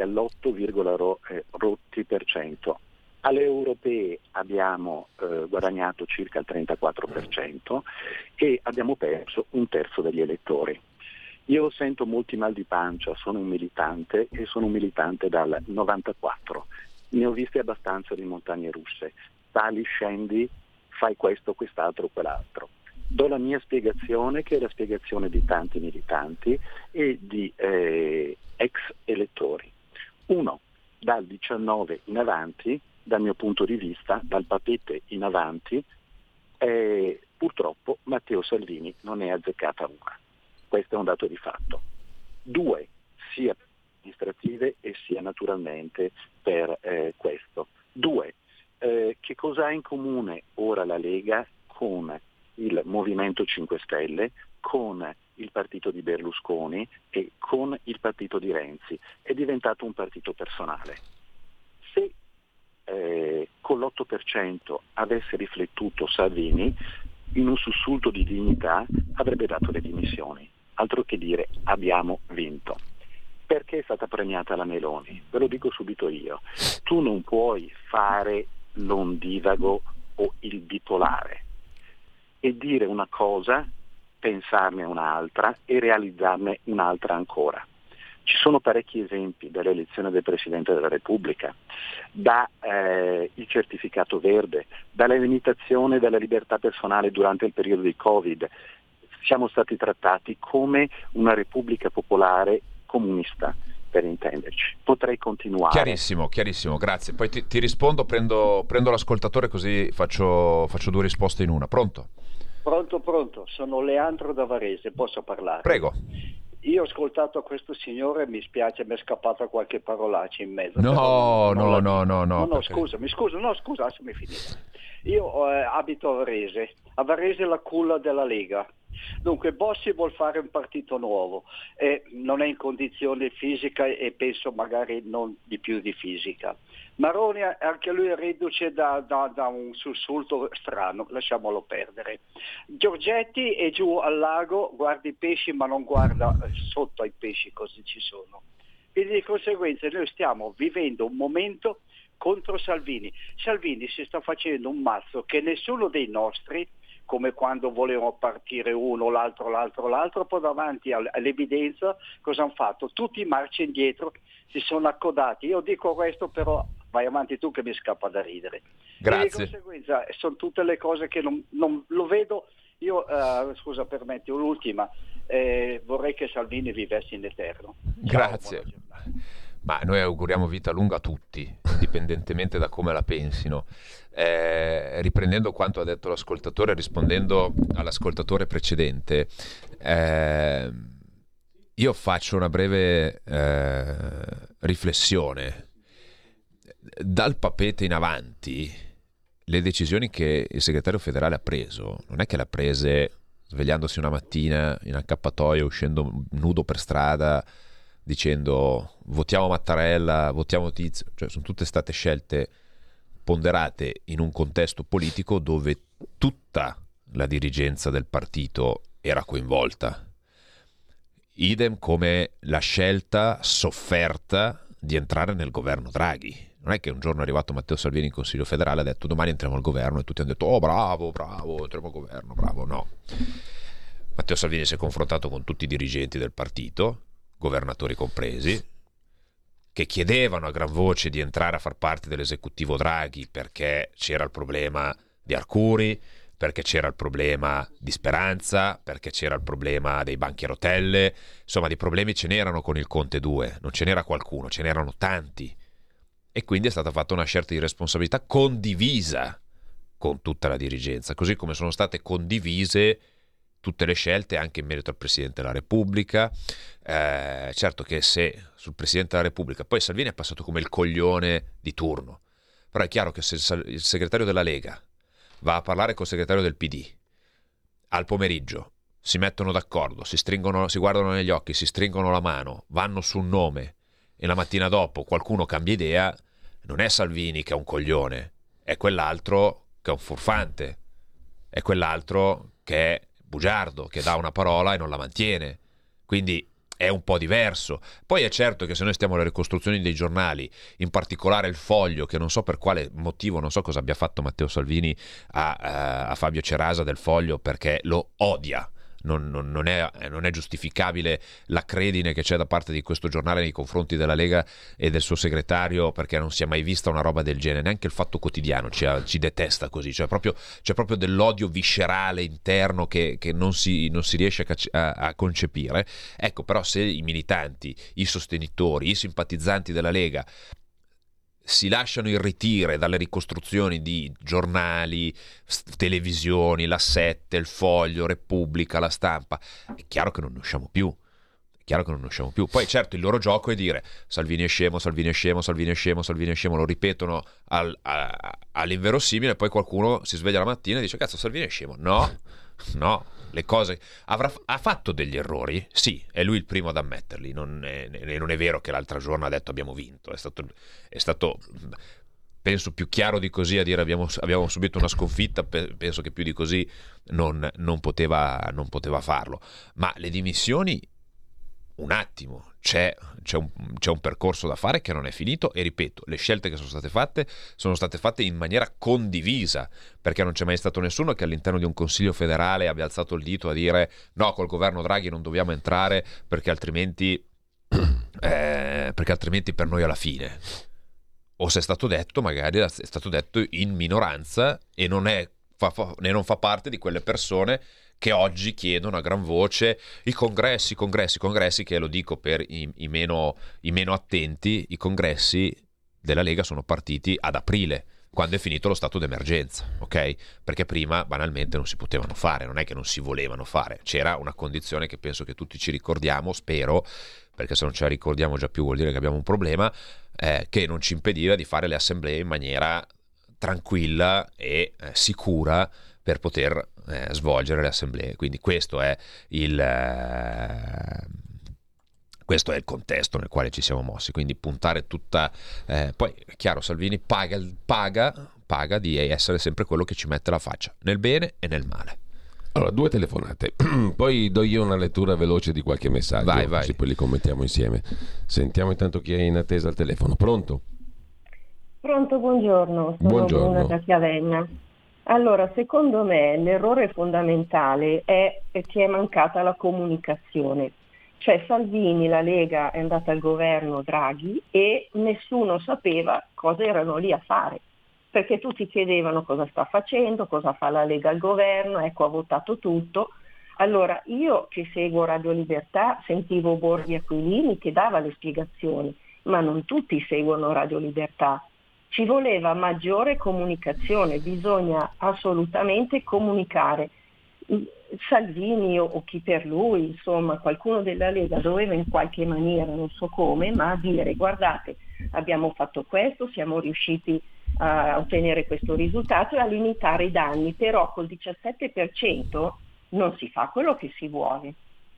all'8,rotti%. Alle europee abbiamo guadagnato circa il 34% e abbiamo perso un terzo degli elettori. Io sento molti mal di pancia, sono un militante e sono un militante dal 94. Ne ho viste abbastanza di montagne russe. Sali, scendi, fai questo, quest'altro, quell'altro. Do la mia spiegazione, che è la spiegazione di tanti militanti e di ex elettori. Uno, dal 19 in avanti, dal mio punto di vista, dal Papete in avanti, purtroppo Matteo Salvini non è azzeccata una. Questo è un dato di fatto. Due, sia per amministrative e sia naturalmente per questo. Due, che cosa ha in comune ora la Lega con il Movimento 5 Stelle, con il partito di Berlusconi e con il partito di Renzi? È diventato un partito personale. Se con l'8% avesse riflettuto Salvini, in un sussulto di dignità avrebbe dato le dimissioni. Altro che dire abbiamo vinto. Perché è stata premiata la Meloni? Ve lo dico subito io. Tu non puoi fare l'ondivago o il bipolare e dire una cosa, pensarne un'altra e realizzarne un'altra ancora. Ci sono parecchi esempi dall'elezione del Presidente della Repubblica, da il certificato verde, dalla limitazione della libertà personale durante il periodo di Covid. Siamo stati trattati come una Repubblica popolare comunista, per intenderci. Potrei continuare. Chiarissimo, grazie. Poi ti rispondo, prendo l'ascoltatore, così faccio due risposte in una. Pronto? Pronto, sono Leandro da Varese, posso parlare? Prego. Io ho ascoltato questo signore, mi spiace, mi è scappata qualche parolaccia in mezzo. No. Scusami, lasciami finire. Io abito a Varese è la culla della Lega. Dunque Bossi vuol fare un partito nuovo, non è in condizione fisica e penso magari non di più di fisica. Maroni anche lui è reduce da un sussulto strano, lasciamolo perdere. Giorgetti è giù al lago, guarda i pesci ma non guarda sotto ai pesci cosa ci sono. Quindi di conseguenza noi stiamo vivendo un momento contro Salvini. Salvini si sta facendo un mazzo che nessuno dei nostri, come quando volevano partire uno, l'altro, poi davanti all'evidenza cosa hanno fatto? Tutti marcia indietro, si sono accodati. Io dico questo, però vai avanti tu che mi scappa da ridere. Grazie. E di conseguenza sono tutte le cose che non lo vedo. Io, scusa, permetti, l'ultima, vorrei che Salvini vivesse in eterno. Grazie. Ma noi auguriamo vita lunga a tutti, indipendentemente da come la pensino. Riprendendo quanto ha detto l'ascoltatore, rispondendo all'ascoltatore precedente, io faccio una breve riflessione. Dal Papete in avanti, le decisioni che il segretario federale ha preso, non è che le ha prese svegliandosi una mattina in accappatoio, uscendo nudo per strada, dicendo votiamo Mattarella, votiamo Tizio. Cioè sono tutte state scelte ponderate in un contesto politico dove tutta la dirigenza del partito era coinvolta. Idem come la scelta sofferta di entrare nel governo Draghi. Non è che un giorno è arrivato Matteo Salvini in Consiglio federale e ha detto domani entriamo al governo e tutti hanno detto oh bravo, entriamo al governo, bravo. No. Matteo Salvini si è confrontato con tutti i dirigenti del partito, governatori compresi, che chiedevano a gran voce di entrare a far parte dell'esecutivo Draghi perché c'era il problema di Arcuri, perché c'era il problema di Speranza, perché c'era il problema dei banchi a rotelle. Insomma, di problemi ce n'erano con il Conte 2, non ce n'era qualcuno, ce n'erano tanti. E quindi è stata fatta una scelta di responsabilità condivisa con tutta la dirigenza, così come sono state condivise tutte le scelte anche in merito al Presidente della Repubblica. Certo che se sul Presidente della Repubblica poi Salvini è passato come il coglione di turno, però è chiaro che se il segretario della Lega va a parlare col segretario del PD al pomeriggio, si mettono d'accordo, si guardano negli occhi, si stringono la mano, vanno su un nome e la mattina dopo qualcuno cambia idea, non è Salvini che è un coglione, è quell'altro che è un furfante, è quell'altro che è bugiardo che dà una parola e non la mantiene, quindi è un po' diverso. Poi è certo che se noi stiamo alle ricostruzioni dei giornali, in particolare il Foglio, che non so per quale motivo, non so cosa abbia fatto Matteo Salvini a Fabio Cerasa del Foglio, perché lo odia. Non è giustificabile l'accredine che c'è da parte di questo giornale nei confronti della Lega e del suo segretario, perché non si è mai vista una roba del genere. Neanche il Fatto Quotidiano ci detesta così, c'è proprio dell'odio viscerale interno che non si riesce a concepire. Ecco, però se i militanti, i sostenitori, i simpatizzanti della Lega si lasciano irritire dalle ricostruzioni di giornali, televisioni, la Sette, il Foglio, Repubblica, La Stampa, è chiaro che non ne usciamo più. Poi certo il loro gioco è dire Salvini è scemo, Salvini è scemo, Salvini è scemo, Salvini è scemo, lo ripetono all'inverosimile, poi qualcuno si sveglia la mattina e dice cazzo, Salvini è scemo. No, le cose ha fatto degli errori, sì, è lui il primo ad ammetterli, non è vero che l'altro giorno ha detto abbiamo vinto, è stato penso più chiaro di così a dire abbiamo subito una sconfitta. Penso che più di così non poteva farlo, ma le dimissioni, un attimo, c'è un percorso da fare che non è finito, e ripeto, le scelte che sono state fatte in maniera condivisa, perché non c'è mai stato nessuno che all'interno di un Consiglio federale abbia alzato il dito a dire no, col governo Draghi non dobbiamo entrare perché altrimenti per noi è la fine. O se è stato detto, magari è stato detto in minoranza e non fa parte di quelle persone che oggi chiedono a gran voce i congressi, che lo dico per i meno attenti, i congressi della Lega sono partiti ad aprile, quando è finito lo stato d'emergenza, ok? Perché prima banalmente non si potevano fare, non è che non si volevano fare, c'era una condizione che penso che tutti ci ricordiamo, spero, perché se non ce la ricordiamo già più vuol dire che abbiamo un problema, che non ci impediva di fare le assemblee in maniera tranquilla e sicura per poter svolgere le assemblee. Quindi questo è il contesto nel quale ci siamo mossi, quindi puntare tutta poi è chiaro, Salvini paga di essere sempre quello che ci mette la faccia nel bene e nel male. Allora, 2 telefonate, poi do io una lettura veloce di qualche messaggio, vai. Così poi li commentiamo insieme. Sentiamo intanto chi è in attesa al telefono. Pronto, buongiorno. Sono Bruna da Chiavenna. Allora, secondo me l'errore fondamentale è che è mancata la comunicazione. Cioè Salvini, la Lega è andata al governo Draghi e nessuno sapeva cosa erano lì a fare, perché tutti chiedevano cosa sta facendo, cosa fa la Lega al governo, ecco ha votato tutto. Allora io che seguo Radio Libertà sentivo Borghi Aquilini che dava le spiegazioni, ma non tutti seguono Radio Libertà. Ci voleva maggiore comunicazione, bisogna assolutamente comunicare. Salvini o chi per lui, insomma qualcuno della Lega doveva in qualche maniera, non so come, ma dire guardate abbiamo fatto questo, siamo riusciti a ottenere questo risultato e a limitare i danni, però col 17% non si fa quello che si vuole.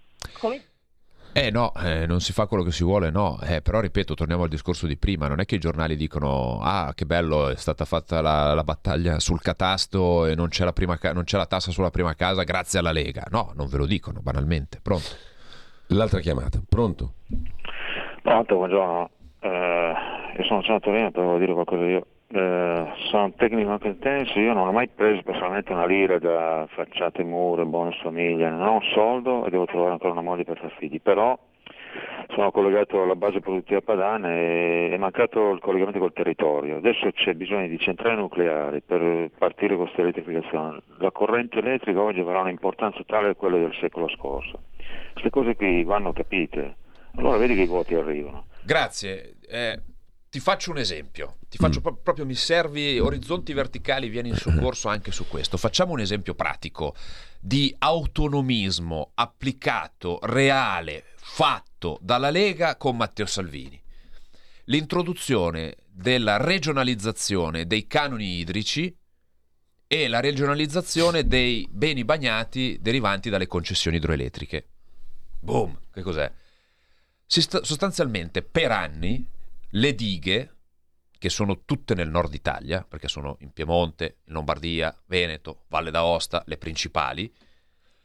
Non si fa quello che si vuole, però ripeto, torniamo al discorso di prima, non è che i giornali dicono che bello, è stata fatta la battaglia sul catasto e non c'è la tassa sulla prima casa grazie alla Lega, no, non ve lo dicono banalmente. Pronto? L'altra chiamata, pronto, buongiorno, io sono Gian Torino, devo dire qualcosa io. Sono un tecnico anche in tennis, io non ho mai preso personalmente una lira da facciate mura, bonus famiglia, non ho un soldo e devo trovare ancora una moglie per far figli, però sono collegato alla base produttiva padana e è mancato il collegamento col territorio. Adesso c'è bisogno di centrali nucleari per partire con questa elettrificazione. La corrente elettrica oggi avrà un'importanza tale a quella del secolo scorso. Queste cose qui vanno capite, allora vedi che i voti arrivano. Grazie. Ti faccio un esempio, proprio mi servi Orizzonti Verticali, vieni in soccorso anche su questo. Facciamo un esempio pratico di autonomismo applicato, reale, fatto dalla Lega con Matteo Salvini. L'introduzione della regionalizzazione dei canoni idrici e la regionalizzazione dei beni bagnati derivanti dalle concessioni idroelettriche. Boom, che cos'è? Sostanzialmente per anni le dighe, che sono tutte nel nord Italia, perché sono in Piemonte, in Lombardia, Veneto, Valle d'Aosta, le principali,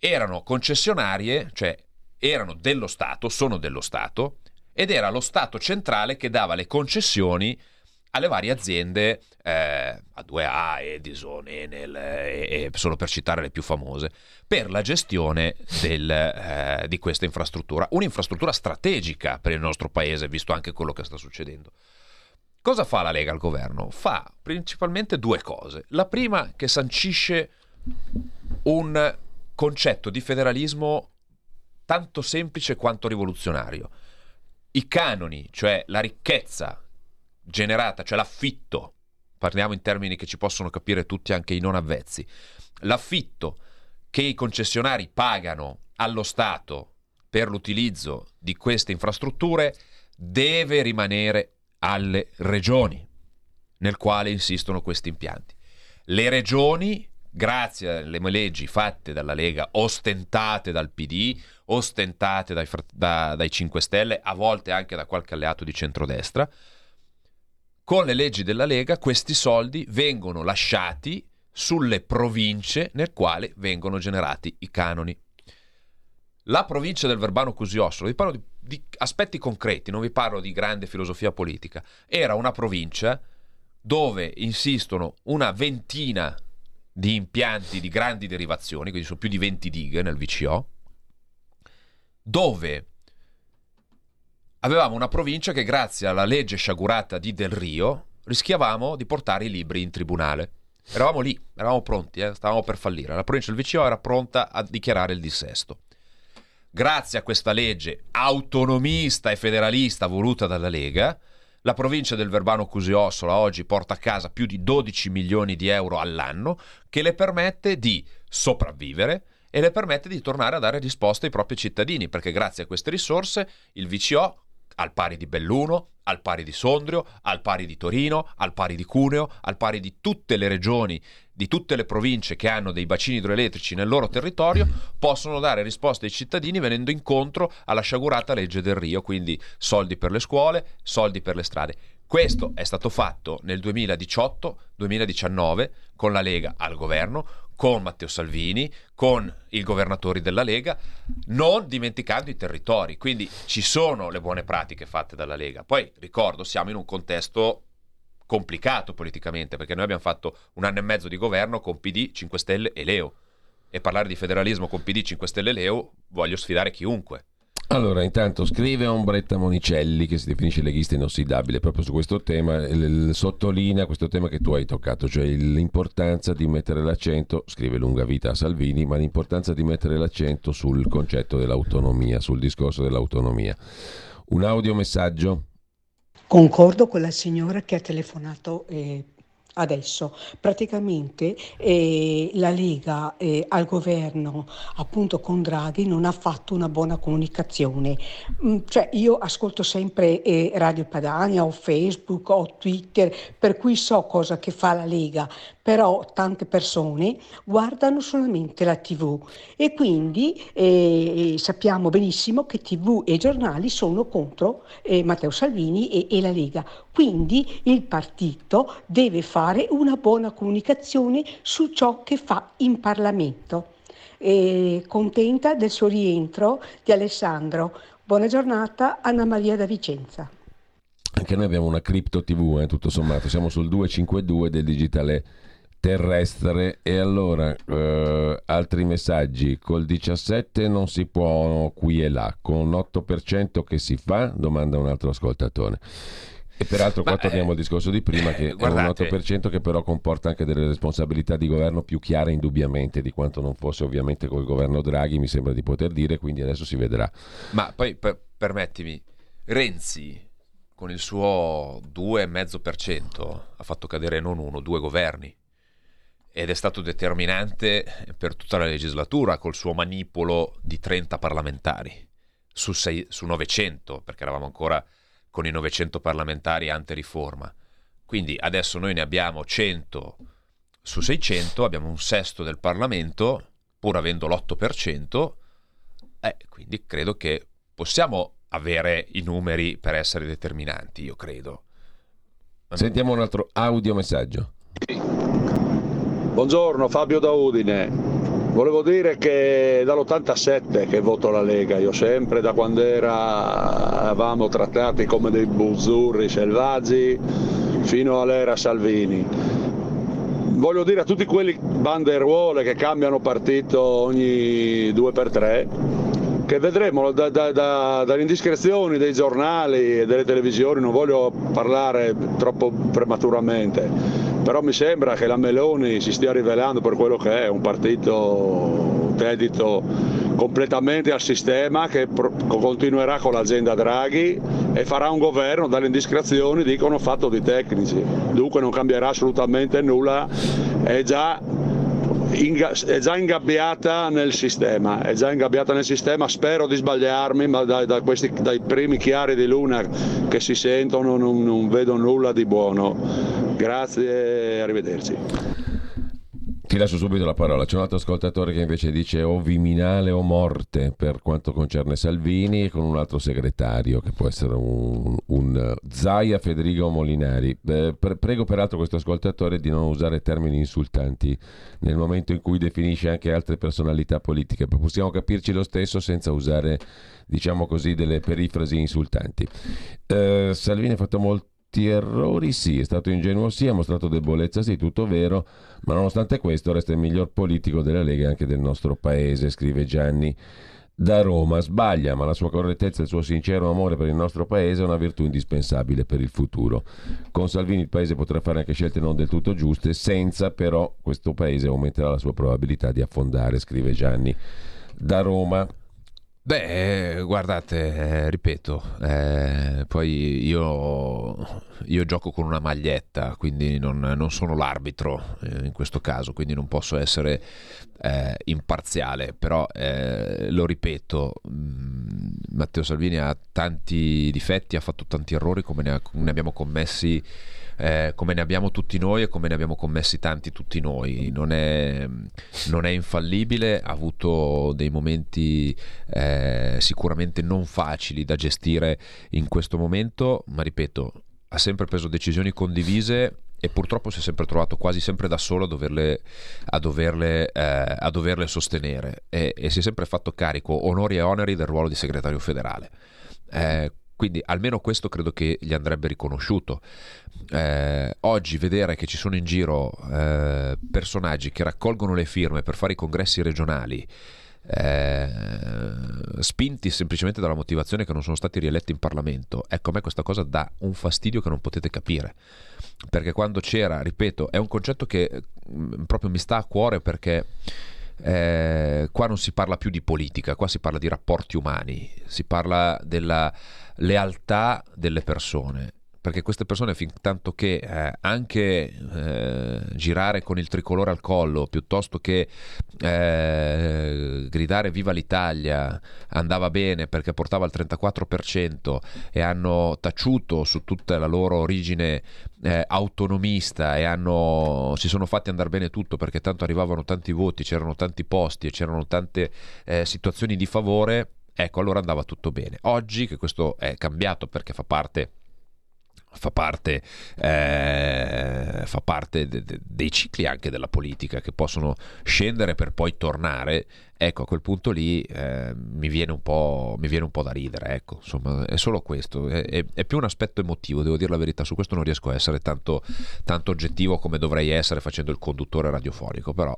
erano concessionarie, cioè erano dello Stato, sono dello Stato, ed era lo Stato centrale che dava le concessioni alle varie aziende, A2A, Edison, Enel, e solo per citare le più famose, per la gestione di questa infrastruttura. Un'infrastruttura strategica per il nostro paese, visto anche quello che sta succedendo. Cosa fa la Lega al governo? Fa principalmente due cose. La prima, che sancisce un concetto di federalismo tanto semplice quanto rivoluzionario. I canoni, cioè la ricchezza generata, cioè l'affitto, parliamo in termini che ci possono capire tutti anche i non avvezzi, l'affitto che i concessionari pagano allo Stato per l'utilizzo di queste infrastrutture deve rimanere alle regioni nel quale insistono questi impianti. Le regioni, grazie alle leggi fatte dalla Lega, ostentate dal PD, ostentate dai 5 Stelle, a volte anche da qualche alleato di centrodestra, con le leggi della Lega questi soldi vengono lasciati sulle province nel quale vengono generati i canoni. La provincia del Verbano Cusio-Ossola, vi parlo di aspetti concreti, non vi parlo di grande filosofia politica, era una provincia dove insistono una ventina di impianti di grandi derivazioni, quindi sono più di 20 dighe nel VCO, dove avevamo una provincia che grazie alla legge sciagurata di Del Rio rischiavamo di portare i libri in tribunale. Eravamo lì, eravamo pronti, stavamo per fallire. La provincia del VCO era pronta a dichiarare il dissesto. Grazie a questa legge autonomista e federalista voluta dalla Lega, la provincia del Verbano Cusio-Ossola oggi porta a casa più di 12 milioni di euro all'anno, che le permette di sopravvivere e le permette di tornare a dare risposte ai propri cittadini, perché grazie a queste risorse il VCO, al pari di Belluno, al pari di Sondrio, al pari di Torino, al pari di Cuneo, al pari di tutte le regioni, di tutte le province che hanno dei bacini idroelettrici nel loro territorio, possono dare risposte ai cittadini venendo incontro alla sciagurata legge Del Rio, quindi soldi per le scuole, soldi per le strade. Questo è stato fatto nel 2018-2019 con la Lega al governo, con Matteo Salvini, con i governatori della Lega, non dimenticando i territori. Quindi ci sono le buone pratiche fatte dalla Lega. Poi ricordo, siamo in un contesto complicato politicamente, perché noi abbiamo fatto 1 anno e mezzo di governo con PD, 5 Stelle e Leo, e parlare di federalismo con PD, 5 Stelle e Leo voglio sfidare chiunque. Allora, intanto scrive Ombretta Monicelli, che si definisce leghista inossidabile, proprio su questo tema, sottolinea questo tema che tu hai toccato, cioè l'importanza di mettere l'accento, scrive lunga vita a Salvini, ma l'importanza di mettere l'accento sul concetto dell'autonomia, sul discorso dell'autonomia. Un audiomessaggio. Concordo con la signora che ha telefonato adesso. Praticamente la Lega al governo, appunto con Draghi, non ha fatto una buona comunicazione. Cioè io ascolto sempre Radio Padania o Facebook o Twitter, per cui so cosa che fa la Lega, però tante persone guardano solamente la TV e quindi sappiamo benissimo che TV e giornali sono contro Matteo Salvini e la Lega. Quindi il partito deve fare una buona comunicazione su ciò che fa in Parlamento. Contenta del suo rientro di Alessandro. Buona giornata, Anna Maria da Vicenza. Anche noi abbiamo una Cripto TV, tutto sommato, siamo sul 252 del digitale terrestre. E allora altri messaggi. Col 17 non si può qui e là, con 8% che si fa? Domanda un altro ascoltatore. E peraltro qua torniamo al discorso di prima, che guardate, è un 8% che però comporta anche delle responsabilità di governo più chiare indubbiamente di quanto non fosse ovviamente col governo Draghi, mi sembra di poter dire, quindi adesso si vedrà. Ma poi permettimi, Renzi con il suo 2,5% ha fatto cadere non 1, 2 governi ed è stato determinante per tutta la legislatura col suo manipolo di 30 parlamentari su 900, perché eravamo ancora con i 900 parlamentari ante riforma. Quindi adesso noi ne abbiamo 100 su 600, abbiamo un sesto del Parlamento, pur avendo l'8%, quindi credo che possiamo avere i numeri per essere determinanti, io credo. Sentiamo un altro audiomessaggio. Buongiorno, Fabio da Udine. Volevo dire che dall'87 che voto la Lega, io sempre, da quando eravamo trattati come dei buzzurri selvaggi fino all'era Salvini. Voglio dire a tutti quelli banderuole che cambiano partito ogni 2x3 che vedremo dalle indiscrezioni dei giornali e delle televisioni, non voglio parlare troppo prematuramente, però mi sembra che la Meloni si stia rivelando per quello che è, un partito dedito completamente al sistema che continuerà con l'agenda Draghi e farà un governo, dalle indiscrezioni dicono, fatto di tecnici, dunque non cambierà assolutamente nulla, è già ingabbiata nel sistema, spero di sbagliarmi, ma dai primi chiari di luna che si sentono non vedo nulla di buono. Grazie, arrivederci. Ti lascio subito la parola. C'è un altro ascoltatore che invece dice o Viminale o morte per quanto concerne Salvini, con un altro segretario che può essere un Zaia Federico Molinari. Prego peraltro questo ascoltatore di non usare termini insultanti nel momento in cui definisce anche altre personalità politiche, possiamo capirci lo stesso senza usare, diciamo così, delle perifrasi insultanti. Salvini ha fatto molti errori, sì, è stato ingenuo, sì, ha mostrato debolezza, sì, tutto vero, ma nonostante questo resta il miglior politico della Lega e anche del nostro paese, scrive Gianni da Roma. Sbaglia, ma la sua correttezza e il suo sincero amore per il nostro paese è una virtù indispensabile per il futuro. Con Salvini il paese potrà fare anche scelte non del tutto giuste, senza però questo paese aumenterà la sua probabilità di affondare, scrive Gianni da Roma. Beh, guardate, ripeto, poi io gioco con una maglietta, quindi non sono l'arbitro in questo caso, quindi non posso essere imparziale, però lo ripeto, Matteo Salvini ha tanti difetti, ha fatto tanti errori come ne abbiamo commessi, come ne abbiamo tutti noi e come ne abbiamo commessi tanti tutti noi. Non è infallibile, ha avuto dei momenti sicuramente non facili da gestire in questo momento, ma ripeto, ha sempre preso decisioni condivise e purtroppo si è sempre trovato quasi sempre da solo a doverle sostenere e si è sempre fatto carico, onori e oneri, del ruolo di segretario federale. Quindi almeno questo credo che gli andrebbe riconosciuto. Oggi vedere che ci sono in giro personaggi che raccolgono le firme per fare i congressi regionali, spinti semplicemente dalla motivazione che non sono stati rieletti in Parlamento, ecco, a me questa cosa dà un fastidio che non potete capire, perché quando c'era, ripeto, è un concetto che proprio mi sta a cuore, perché qua non si parla più di politica, qua si parla di rapporti umani, si parla della lealtà delle persone, perché queste persone, fin tanto che anche girare con il tricolore al collo piuttosto che gridare viva l'Italia andava bene perché portava il 34% e hanno taciuto su tutta la loro origine autonomista e si sono fatti andare bene tutto perché tanto arrivavano tanti voti, c'erano tanti posti e c'erano tante situazioni di favore, ecco, allora andava tutto bene. Oggi che questo è cambiato, perché fa parte dei cicli anche della politica che possono scendere per poi tornare, ecco, a quel punto lì mi viene un po' da ridere, ecco, insomma, è solo questo, è più un aspetto emotivo, devo dire la verità, su questo non riesco a essere tanto oggettivo come dovrei essere facendo il conduttore radiofonico, però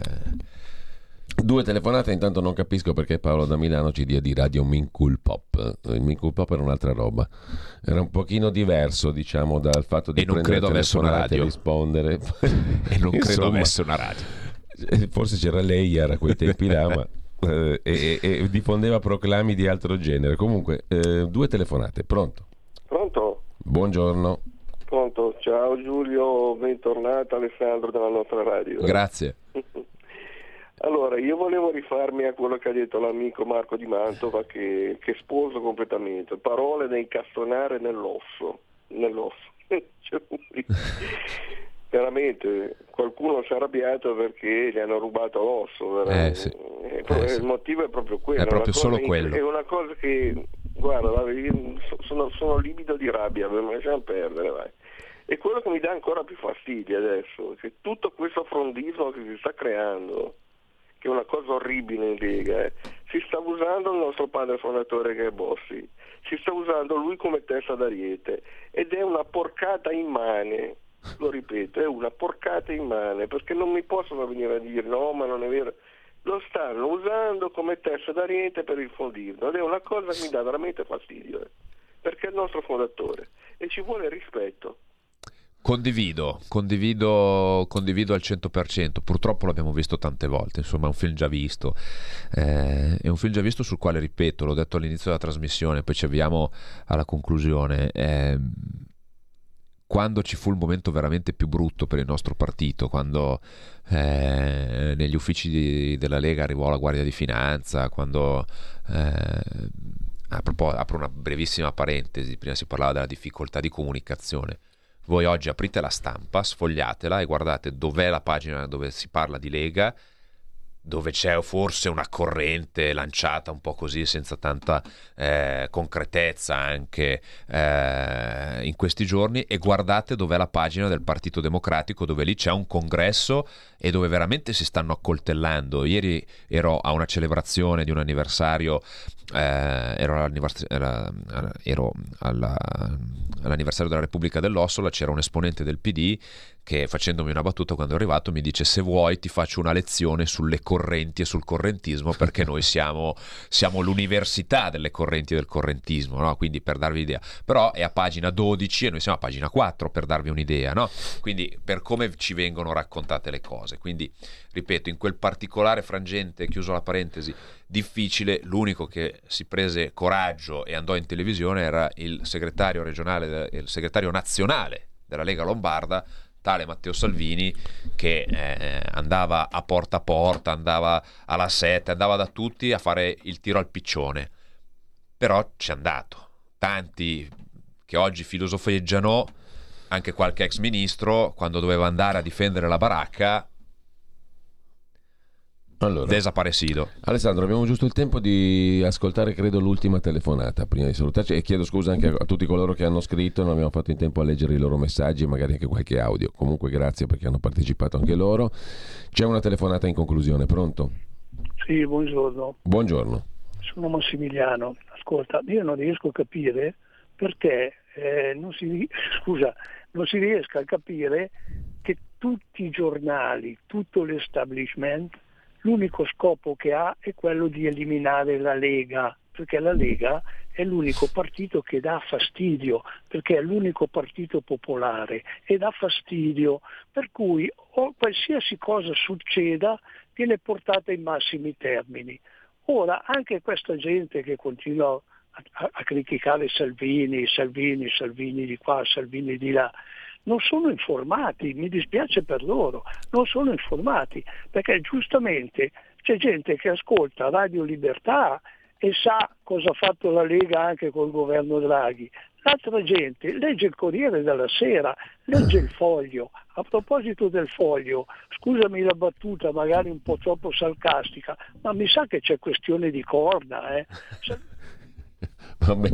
Due telefonate, intanto non capisco perché Paolo da Milano ci dia di Radio Minculpop. Il Minculpop era un'altra roba, era un pochino diverso, diciamo, dal fatto di prendere telefonate e rispondere. E non credo avesse una radio. Forse c'era lei a quei tempi là, ma e diffondeva proclami di altro genere. Comunque, due telefonate. Pronto? Pronto? Buongiorno. Pronto, ciao Giulio, bentornato Alessandro della nostra radio. Grazie. Allora, io volevo rifarmi a quello che ha detto l'amico Marco di Mantova, che sposo completamente, parole da incastonare nell'osso. Cioè, veramente, qualcuno si è arrabbiato perché gli hanno rubato l'osso, sì. Il motivo è proprio quello. È proprio solo quello. È una cosa che, guarda, io sono livido di rabbia, ma lasciamo perdere, vai. E quello che mi dà ancora più fastidio adesso, che tutto questo affrondismo che si sta creando, che è una cosa orribile in Lega, si sta usando il nostro padre fondatore che è Bossi, si sta usando lui come testa d'ariete ed è una porcata immane, lo ripeto, è una porcata immane, perché non mi possono venire a dire no, ma non è vero, lo stanno usando come testa d'ariete per infondirlo ed è una cosa che mi dà veramente fastidio, perché è il nostro fondatore e ci vuole rispetto. Condivido al 100%. Purtroppo l'abbiamo visto tante volte, insomma è un film già visto, sul quale, ripeto, l'ho detto all'inizio della trasmissione, poi ci avviamo alla conclusione, quando ci fu il momento veramente più brutto per il nostro partito, quando negli uffici della Lega arrivò la Guardia di Finanza, quando apro una brevissima parentesi, prima si parlava della difficoltà di comunicazione. Voi oggi aprite la Stampa, sfogliatela e guardate dov'è la pagina dove si parla di Lega, dove c'è forse una corrente lanciata un po' così senza tanta concretezza anche in questi giorni, e guardate dov'è la pagina del Partito Democratico, dove lì c'è un congresso e dove veramente si stanno accoltellando. Ieri ero a una celebrazione di un anniversario, ero all'anniversario della Repubblica dell'Ossola, c'era un esponente del PD che, facendomi una battuta quando è arrivato, mi dice: se vuoi ti faccio una lezione sulle correnti e sul correntismo, perché noi siamo l'università delle correnti e del correntismo, no? Quindi, per darvi idea, però è a pagina 12 e noi siamo a pagina 4, per darvi un'idea, no? Quindi, per come ci vengono raccontate le cose. Quindi, ripeto, in quel particolare frangente, chiuso la parentesi, difficile, l'unico che si prese coraggio e andò in televisione era il segretario regionale, il segretario nazionale della Lega Lombarda, tale Matteo Salvini, che andava a porta, andava alla 7, andava da tutti a fare il tiro al piccione, però c'è andato. Tanti che oggi filosofeggiano, anche qualche ex ministro, quando doveva andare a difendere la baracca, desaparecido. Alessandro, abbiamo giusto il tempo di ascoltare, credo, l'ultima telefonata prima di salutarci, e chiedo scusa anche a tutti coloro che hanno scritto, non abbiamo fatto in tempo a leggere i loro messaggi e magari anche qualche audio. Comunque grazie, perché hanno partecipato anche loro. C'è una telefonata in conclusione, pronto? Sì, buongiorno. Buongiorno. Sono Massimiliano. Ascolta, io non riesco a capire perché non si riesca a capire che tutti i giornali, tutto l'establishment, l'unico scopo che ha è quello di eliminare la Lega, perché la Lega è l'unico partito che dà fastidio, perché è l'unico partito popolare e dà fastidio, per cui qualsiasi cosa succeda viene portata in massimi termini. Ora, anche questa gente che continua a criticare Salvini di qua, Salvini di là, non sono informati, mi dispiace per loro, non sono informati, perché giustamente c'è gente che ascolta Radio Libertà e sa cosa ha fatto la Lega anche col governo Draghi. L'altra gente legge il Corriere della Sera, legge il Foglio. A proposito del Foglio, scusami la battuta magari un po' troppo sarcastica, ma mi sa che c'è questione di corna, Vabbè,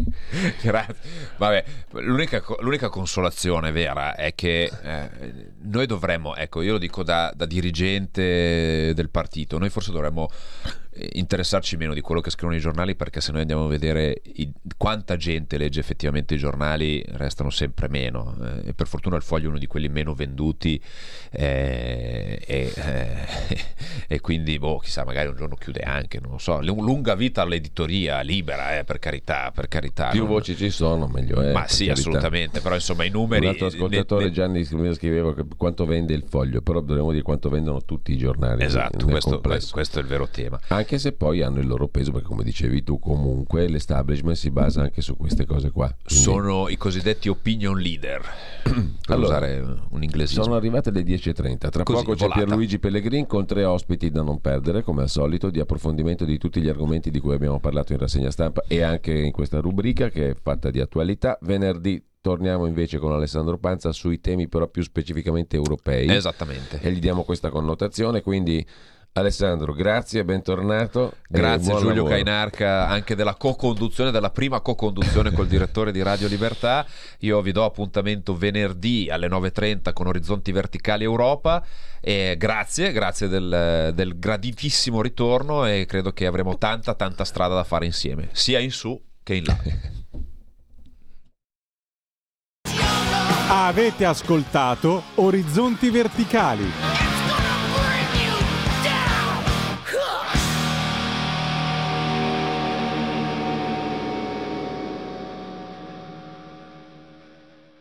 l'unica consolazione vera è che noi dovremmo, ecco, io lo dico da dirigente del partito, noi forse dovremmo interessarci meno di quello che scrivono i giornali, perché se noi andiamo a vedere quanta gente legge effettivamente i giornali, restano sempre meno, e per fortuna il Foglio è uno di quelli meno venduti, e quindi chissà, magari un giorno chiude anche, non lo so. Lunga vita all'editoria libera, per carità. Più voci ci sono, meglio è. Ma sì, carità. Assolutamente, però insomma i numeri. Un altro ascoltatore, Gianni, scriveva quanto vende il Foglio, però dovremmo dire quanto vendono tutti i giornali. Esatto, questo è il vero tema. Anche se poi hanno il loro peso, perché come dicevi tu, comunque l'establishment si basa anche su queste cose qua. Quindi sono i cosiddetti opinion leader, per usare un inglesismo. Sono arrivate le 10:30. Tra poco c'è Pierluigi Pellegrin con 3 ospiti da non perdere, come al solito, di approfondimento di tutti gli argomenti di cui abbiamo parlato in rassegna stampa e anche in questa rubrica che è fatta di attualità. Venerdì torniamo invece con Alessandro Panza sui temi però più specificamente europei. Esattamente. E gli diamo questa connotazione, quindi Alessandro, grazie, bentornato. Grazie Giulio lavoro. Cainarca anche della co-conduzione, della prima co-conduzione col direttore di Radio Libertà. Io vi do appuntamento venerdì alle 9.30 con Orizzonti Verticali Europa. E grazie del graditissimo ritorno, e credo che avremo tanta strada da fare insieme, sia in su che in là. Avete ascoltato Orizzonti Verticali.